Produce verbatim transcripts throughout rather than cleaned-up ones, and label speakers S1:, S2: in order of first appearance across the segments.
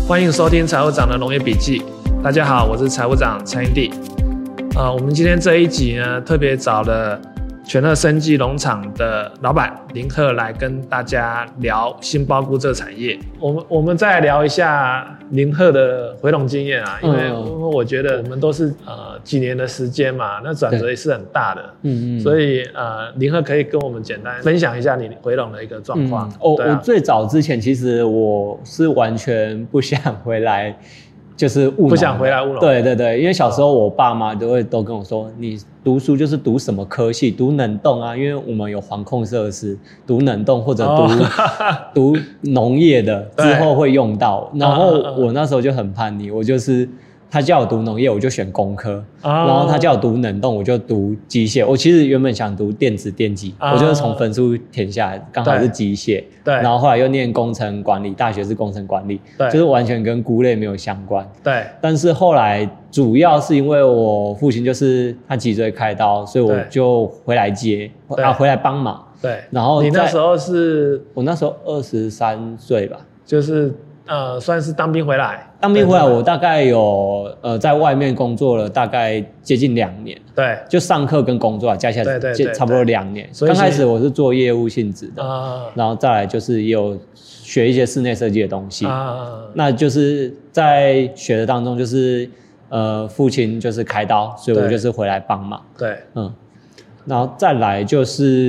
S1: 欢迎收听财务长的农业笔记。大家好，我是财务长陈英弟。呃，我们今天这一集呢，特别找了全乐生技农场的老板林鹤来跟大家聊杏鲍菇这个产业。我们我们再来聊一下林鹤的回笼经验啊，因为、嗯、因为我觉得我们都是呃几年的时间嘛，那转折也是很大的，嗯嗯，所以呃林鹤可以跟我们简单分享一下你回笼的一个状况。
S2: 嗯哦啊、我最早之前其实我是完全不想回来。就是务农
S1: 不想回来务农，
S2: 对对对，因为小时候我爸妈都会都跟我说，你读书就是读什么科系，读冷冻啊，因为我们有环控设施，读冷冻或者读、哦、读农业的之后会用到。然后我那时候就很叛逆，我就是他叫我读农业，我就选工科；哦、然后他叫我读冷冻，我就读机械。我其实原本想读电子电机，哦、我就是从分数填下来，刚好是机械。对，然后后来又念工程管理，大学是工程管理，对，就是完全跟菇类没有相关。对，但是后来主要是因为我父亲就是他脊椎开刀，所以我就回来接啊，回来帮忙。对，然后
S1: 你那时候是？
S2: 我那时候二十三岁吧，
S1: 就是。呃，算是当兵回来。
S2: 当兵回来，我大概有呃在外面工作了大概接近两年。对，就上课跟工作啊加起来，对对对，差不多两年。刚开始我是做业务性质的，啊、然后再来就是也有学一些室内设计的东西。啊、那就是在学的当中，就是呃父亲就是开刀，所以我就是回来帮忙。对，嗯，然后再来就是。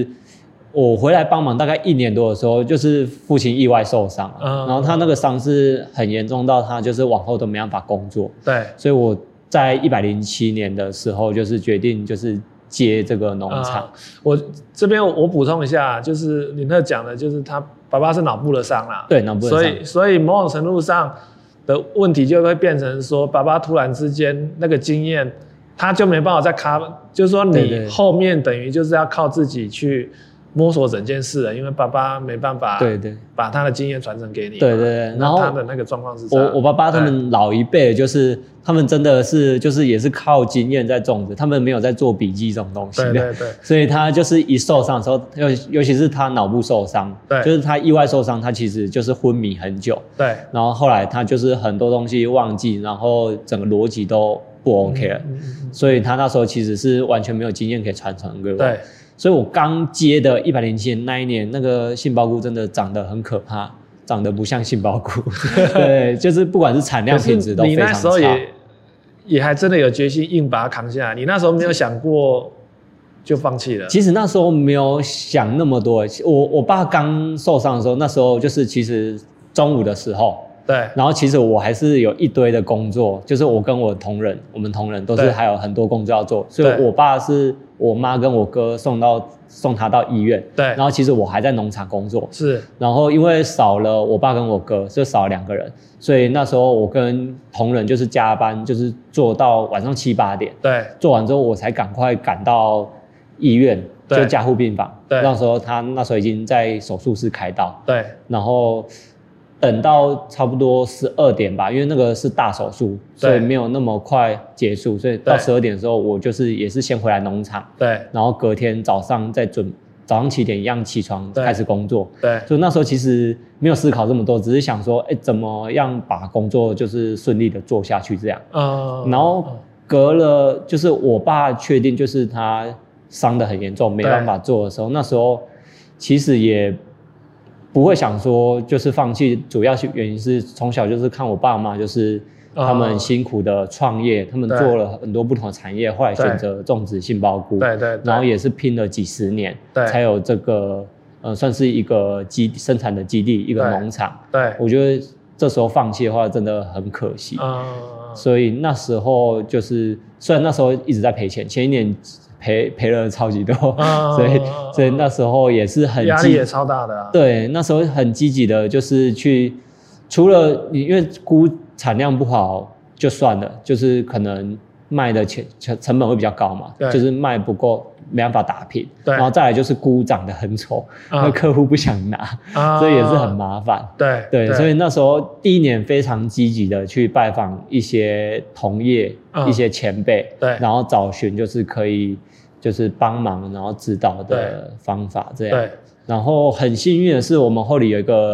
S2: 我回来帮忙大概一年多的时候，就是父亲意外受伤、嗯、然后他那个伤是很严重到他就是往后都没办法工作。对，所以我在一百零七年的时候，就是决定就是接这个农场。嗯、
S1: 我这边我补充一下，就是林鹤讲的，就是他爸爸是脑部的伤啦，
S2: 对，脑部的伤，
S1: 所以所以某种程度上的问题就会变成说，爸爸突然之间那个经验，他就没办法再 cover， 就是说你后面等于就是要靠自己去。摸索整件事了，因为爸爸没办法，对对，把他的经验传承给你。
S2: 对对对，然后
S1: 他的那个状况是这样。
S2: 我我爸爸他们老一辈，就是他们真的是就是也是靠经验在种植，他们没有在做笔记这种东西的。对对对。所以他就是一受伤的时候，尤尤其是他脑部受伤，对，就是他意外受伤，他其实就是昏迷很久。对。然后后来他就是很多东西忘记，然后整个逻辑都不 OK 了，嗯嗯嗯、所以他那时候其实是完全没有经验可以传承给我。对。所以我刚接的一百零七年那一年，那个杏鲍菇真的长得很可怕，长得不像杏鲍菇。对，就是不管是产量品质都非常差。
S1: 你那时候也也还真的有决心硬把它扛下来。你那时候没有想过就放弃了？
S2: 其实那时候没有想那么多。我我爸刚受伤的时候，那时候就是其实中午的时候。对，然后其实我还是有一堆的工作，就是我跟我同仁，我们同仁都是还有很多工作要做，所以我爸是我妈跟我哥送到送他到医院，对，然后其实我还在农场工作，是，然后因为少了我爸跟我哥，就少了两个人，所以那时候我跟同仁就是加班，就是做到晚上七八点，对，做完之后我才赶快赶到医院，就加护病房，对，那时候他那时候已经在手术室开刀，对，然后。等到差不多十二点吧，因为那个是大手术，所以没有那么快结束，所以到十二点的时候，我就是也是先回来农场，对，然后隔天早上再准早上七点一样起床开始工作，对，所以那时候其实没有思考这么多，只是想说，哎，怎么样把工作就是顺利的做下去这样，嗯，然后隔了就是我爸确定就是他伤得很严重，没办法做的时候，那时候其实也。不会想说就是放弃，主要是原因是从小就是看我爸妈就是他们辛苦的创业，他们做了很多不同的产业，后来选择种植杏鲍菇，对 对, 对，然后也是拼了几十年，对，才有这个呃算是一个基生产的基地，一个农场，对，我觉得这时候放弃的话真的很可惜，嗯，所以那时候就是虽然那时候一直在赔钱，前一年。赔赔了超级多，嗯、所以所以那时候也是很
S1: 压力也超大的啊。
S2: 对，那时候很积极的，就是去除了你因为菇产量不好就算了，就是可能卖的钱成本会比较高嘛，就是卖不够没办法打平，然后再来就是菇长得很丑，那、嗯、客户不想拿，嗯、所以也是很麻烦。对 对, 对，所以那时候第一年非常积极的去拜访一些同业、嗯、一些前辈，对，然后找寻就是可以。就是帮忙，然后指导的方法这样。对。然后很幸运的是，我们后里有一个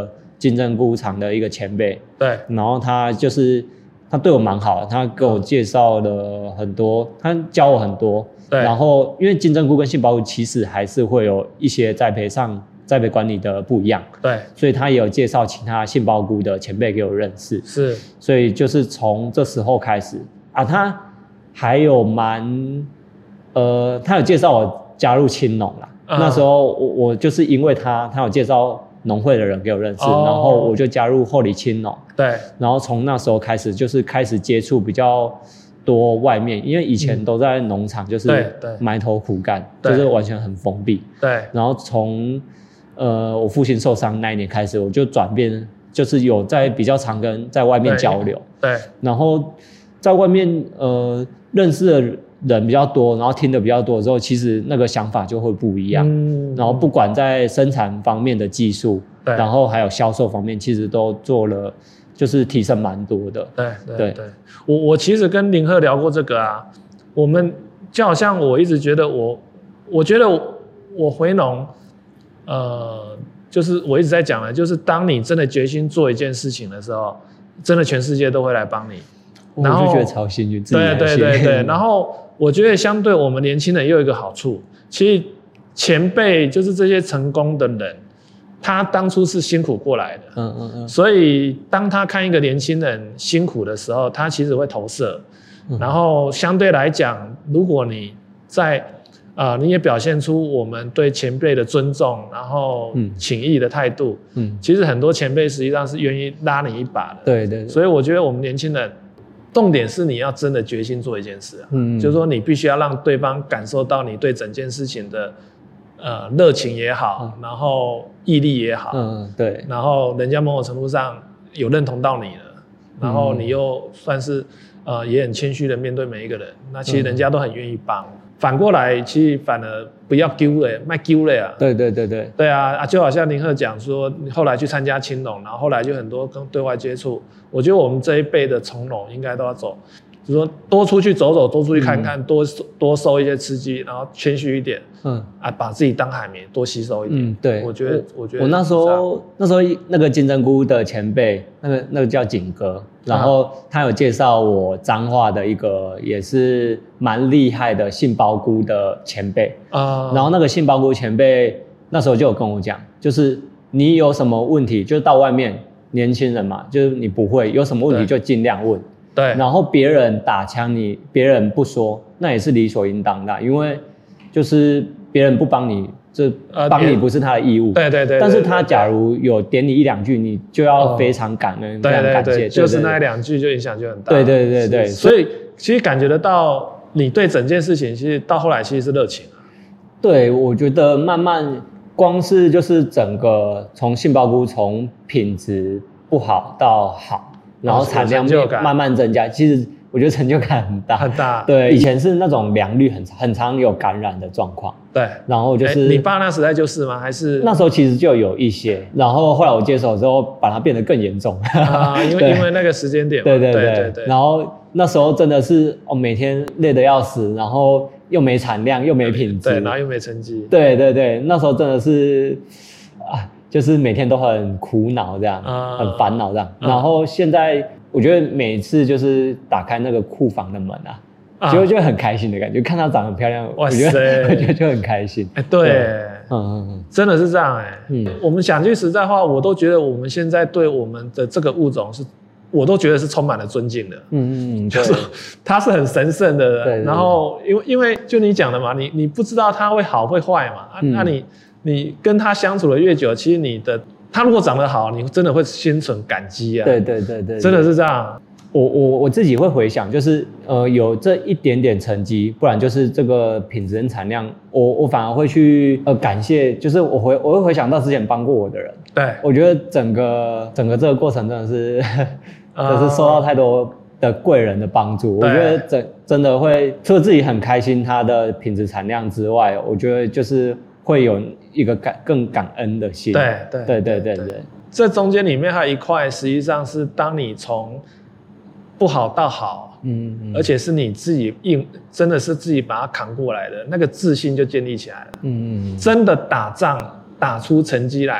S2: 金针菇厂的一个前辈，
S1: 对，
S2: 然后他就是他对我蛮好的，他给我介绍了很多，他教我很多，
S1: 对，
S2: 然后因为金针菇跟杏鲍菇其实还是会有一些栽培上栽培管理的不一样，
S1: 对，
S2: 所以他也有介绍其他杏鲍菇的前辈给我认识，
S1: 是，
S2: 所以就是从这时候开始啊，他还有蛮呃，他有介绍我加入青农啦。Uh-huh. 那时候我我就是因为他，他有介绍农会的人给我认识， oh. 然后我就加入后里青农。对，然后从那时候开始，就是开始接触比较多外面，因为以前都在农场，就是埋头苦干，就是完全很封闭。对，然后从呃我父亲受伤那一年开始，我就转变，就是有在比较常跟在外面交流。对，然后在外面呃认识的人比较多，然后听的比较多之后，其实那个想法就会不一样。嗯，然后不管在生产方面的技术，然后还有销售方面，其实都做了，就是提升蛮多的。对对 对, 对，
S1: 我我其实跟林鹤聊过这个啊，我们就好像我一直觉得我，我觉得 我, 我回农，呃，就是我一直在讲的，就是当你真的决心做一件事情的时候，真的全世界都会来帮你。
S2: 然后我就觉得超幸运，
S1: 对对对对，然后我觉得相对我们年轻人也有一个好处，其实前辈就是这些成功的人，他当初是辛苦过来的，嗯嗯嗯，所以当他看一个年轻人辛苦的时候，他其实会投射，嗯、然后相对来讲，如果你在呃你也表现出我们对前辈的尊重，然后请益的态度，嗯，其实很多前辈实际上是愿意拉你一把的，
S2: 对 对, 对，
S1: 所以我觉得我们年轻人。重点是你要真的决心做一件事、啊，嗯，就是说你必须要让对方感受到你对整件事情的呃热情也好、嗯，然后毅力也好，嗯，对，然后人家某种程度上有认同到你了，然后你又算是呃也很谦虚的面对每一个人，那其实人家都很愿意帮。嗯、反过来，其实反而不要丢了，卖丢了啊！
S2: 对对对对，
S1: 对啊啊！就好像林鹤讲说，你后来去参加青农，然后后来就很多跟对外接触。我觉得我们这一辈的从农应该都要走，就是说多出去走走，多出去看看，嗯、多多收一些刺激，然后谦虚一点，嗯啊，把自己当海绵，多吸收一点。嗯，对，我觉得，我觉得
S2: 我那时候那时候那个金针菇的前辈，那个那个叫景哥，然后他有介绍我彰化的一个也是蛮厉害的杏鲍菇的前辈啊，然后那个杏鲍菇前辈那时候就有跟我讲，就是你有什么问题，就到外面。年轻人嘛，就是你不会有什么问题就尽量问，对。然后别人打枪你，别人不说，那也是理所应当的，因为就是别人不帮你，这帮你不是他的义务，
S1: 对对 对, 对。
S2: 但是他假如有点你一两句，你就要非常感恩，非常感谢，
S1: 对对对，就是那一两句就影响就很大。
S2: 对对对对，
S1: 所以其实感觉得到你对整件事情，其实到后来其实是热情啊。
S2: 对，我觉得慢慢。光是就是整个从杏鲍菇从品质不好到好，然后产量慢慢增加，其实我觉得成就感很大
S1: 很大。
S2: 对，以前是那种良率很很常有感染的状况。对，然后就是、欸、
S1: 你爸那时代就是吗？还是
S2: 那时候其实就有一些，然后后来我接手之后，把它变得更严重
S1: 啊，因为因为那个时间点嘛。
S2: 对对 对, 对, 对, 对。然后那时候真的是哦，每天累得要死，然后。又没产量，又没品质，
S1: 对，然后又没成绩，
S2: 对对对，那时候真的是啊，就是每天都很苦恼这样，嗯、很烦恼这样、嗯。然后现在我觉得每次就是打开那个库房的门啊，啊就就很开心的感觉，看它长得很漂亮，我觉得我觉得就很开心。
S1: 哎、欸，对，嗯嗯嗯，真的是这样哎、欸。嗯，我们讲句实在话，我都觉得我们现在对我们的这个物种是。我都觉得是充满了尊敬的，嗯嗯，就是他是很神圣的人，对对对，然后因为因为就你讲的嘛，你你不知道他会好会坏嘛，嗯、那你你跟他相处的越久，其实你的他如果长得好，你真的会心存感激啊，
S2: 对对对 对, 对，
S1: 真的是这样。
S2: 我我我自己会回想，就是呃有这一点点成绩，不然就是这个品质跟产量，我我反而会去呃感谢，就是我回我会回想到之前帮过我的人，对，我觉得整个整个这个过程真的是。就是受到太多的贵人的帮助，我觉得真真的会除了自己很开心它的品质产量之外，我觉得就是会有一个感更感恩的心。对对对对对 对, 对。
S1: 这中间里面还有一块，实际上是当你从不好到好，嗯, 嗯，而且是你自己硬，真的是自己把它扛过来的，那个自信就建立起来了。嗯嗯，真的打仗打出成绩来了。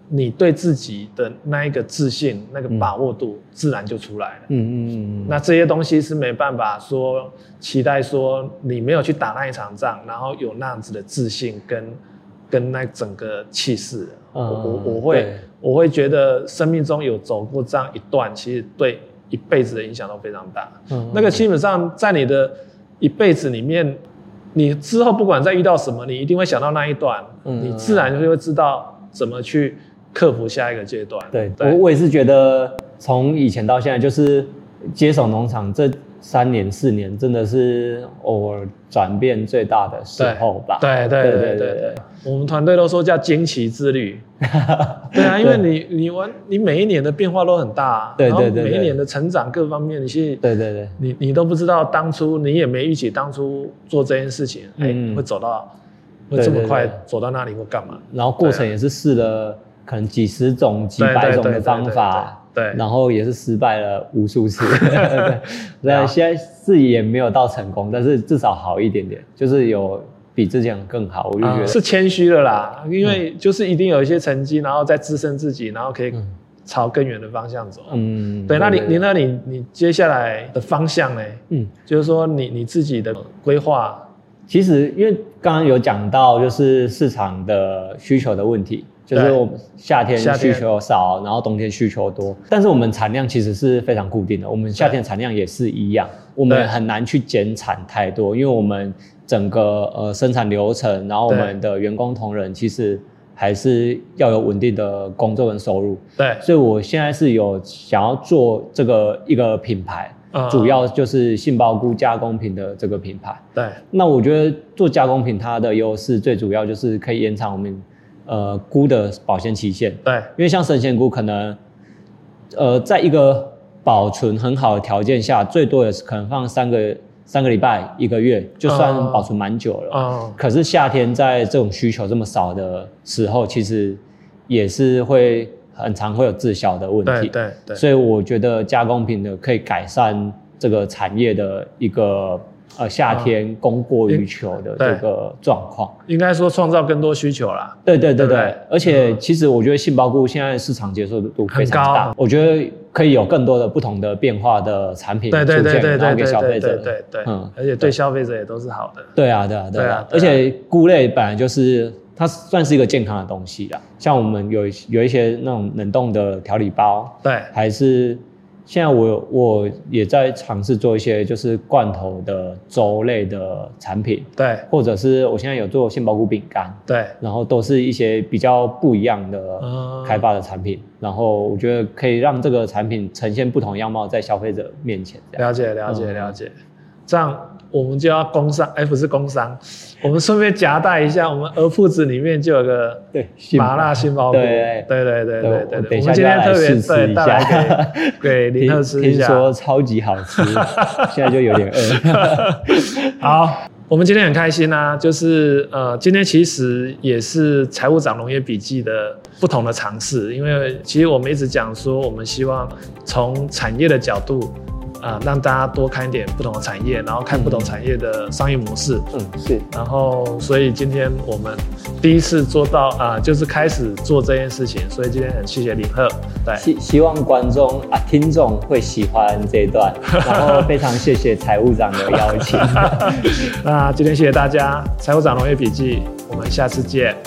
S1: 你对自己的那一个自信、那个把握度，自然就出来了。嗯嗯嗯。那这些东西是没办法说期待说你没有去打那一场仗，然后有那样子的自信跟跟那整个气势。嗯、我我会我会觉得生命中有走过这样一段，其实对一辈子的影响都非常大。嗯。那个基本上在你的一辈子里面，你之后不管再遇到什么，你一定会想到那一段，嗯、你自然就会知道怎么去克服下一个阶段。
S2: 对，对我我也是觉得从以前到现在，就是接手农场这三年四年，真的是我转变最大的时候吧。
S1: 对对对对 对, 对, 对, 对，我们团队都说叫惊奇之旅。对啊，因为你你玩你每一年的变化都很大、啊，对对 对, 对，然后每一年的成长各方面，你是对对对，你你都不知道当初你也没预期当初做这件事情，哎、嗯欸，会走到会这么快走到那里或干嘛？
S2: 然后过程也是试了可能几十种、几百种的方法。对，然后也是失败了无数次，对，现在自己也没有到成功，但是至少好一点点，就是有比之前更好，我就觉得、
S1: 嗯、是谦虚了啦，因为就是一定有一些成绩，然后再支撑自己，然后可以朝更远的方向走。嗯，对，那你你那你你接下来的方向呢？嗯，就是说你你自己的规划，
S2: 其实因为刚刚有讲到就是市场的需求的问题。就是我们夏天需求少，然后冬天需求多，但是我们产量其实是非常固定的。我们夏天产量也是一样，我们很难去减产太多，因为我们整个呃生产流程，然后我们的员工同仁其实还是要有稳定的工作跟收入。对，所以我现在是有想要做这个一个品牌，嗯、主要就是杏鲍菇加工品的这个品牌。对，那我觉得做加工品它的优势最主要就是可以延长我们。呃，菇的保鲜期限，对，因为像生鲜菇可能，呃，在一个保存很好的条件下，最多也是可能放三个三个礼拜、一个月，就算保存蛮久了。哦。可是夏天在这种需求这么少的时候，其实也是会很常会有滞销的问题。对对对。所以我觉得加工品的可以改善这个产业的一个。呃，夏天供过于求的这个状况，
S1: 应该说创造更多需求啦。
S2: 对对对 对, 对，而且其实我觉得杏鲍菇现在市场接受度非常大，我觉得可以有更多的不同的变化的产品出现，然后给消费者。
S1: 对对对，嗯，而且对消费者也都是好的。
S2: 对啊对啊对啊，而且菇类本来就是它算是一个健康的东西啦，像我们有有一些那种冷冻的调理包，对，还是。现在我我也在尝试做一些就是罐头的粥类的产品，对，或者是我现在有做杏鲍菇饼干，对，然后都是一些比较不一样的开发的产品，嗯、然后我觉得可以让这个产品呈现不同样貌在消费者面前。
S1: 了解了解了解，嗯、这样我们就要工商，哎，不是工商，我们顺便夹带一下，我们鹅铺子里面就有个对麻辣杏鲍菇，对对对对对对对，我们今天特别对带来给给林特吃一下，
S2: 听说超级好吃，现在就有点饿。
S1: 好，我们今天很开心啊，就是呃，今天其实也是财务长农业笔记的不同的尝试，因为其实我们一直讲说，我们希望从产业的角度。啊、呃，让大家多看一点不同的产业，然后看不同产业的商业模式。嗯，是。然后，所以今天我们第一次做到啊、呃，就是开始做这件事情。所以今天很谢谢林鹤。对，
S2: 希希望观众啊、听众会喜欢这一段。然后非常谢谢财务长的邀请。
S1: 那今天谢谢大家，财务长农业笔记，我们下次见。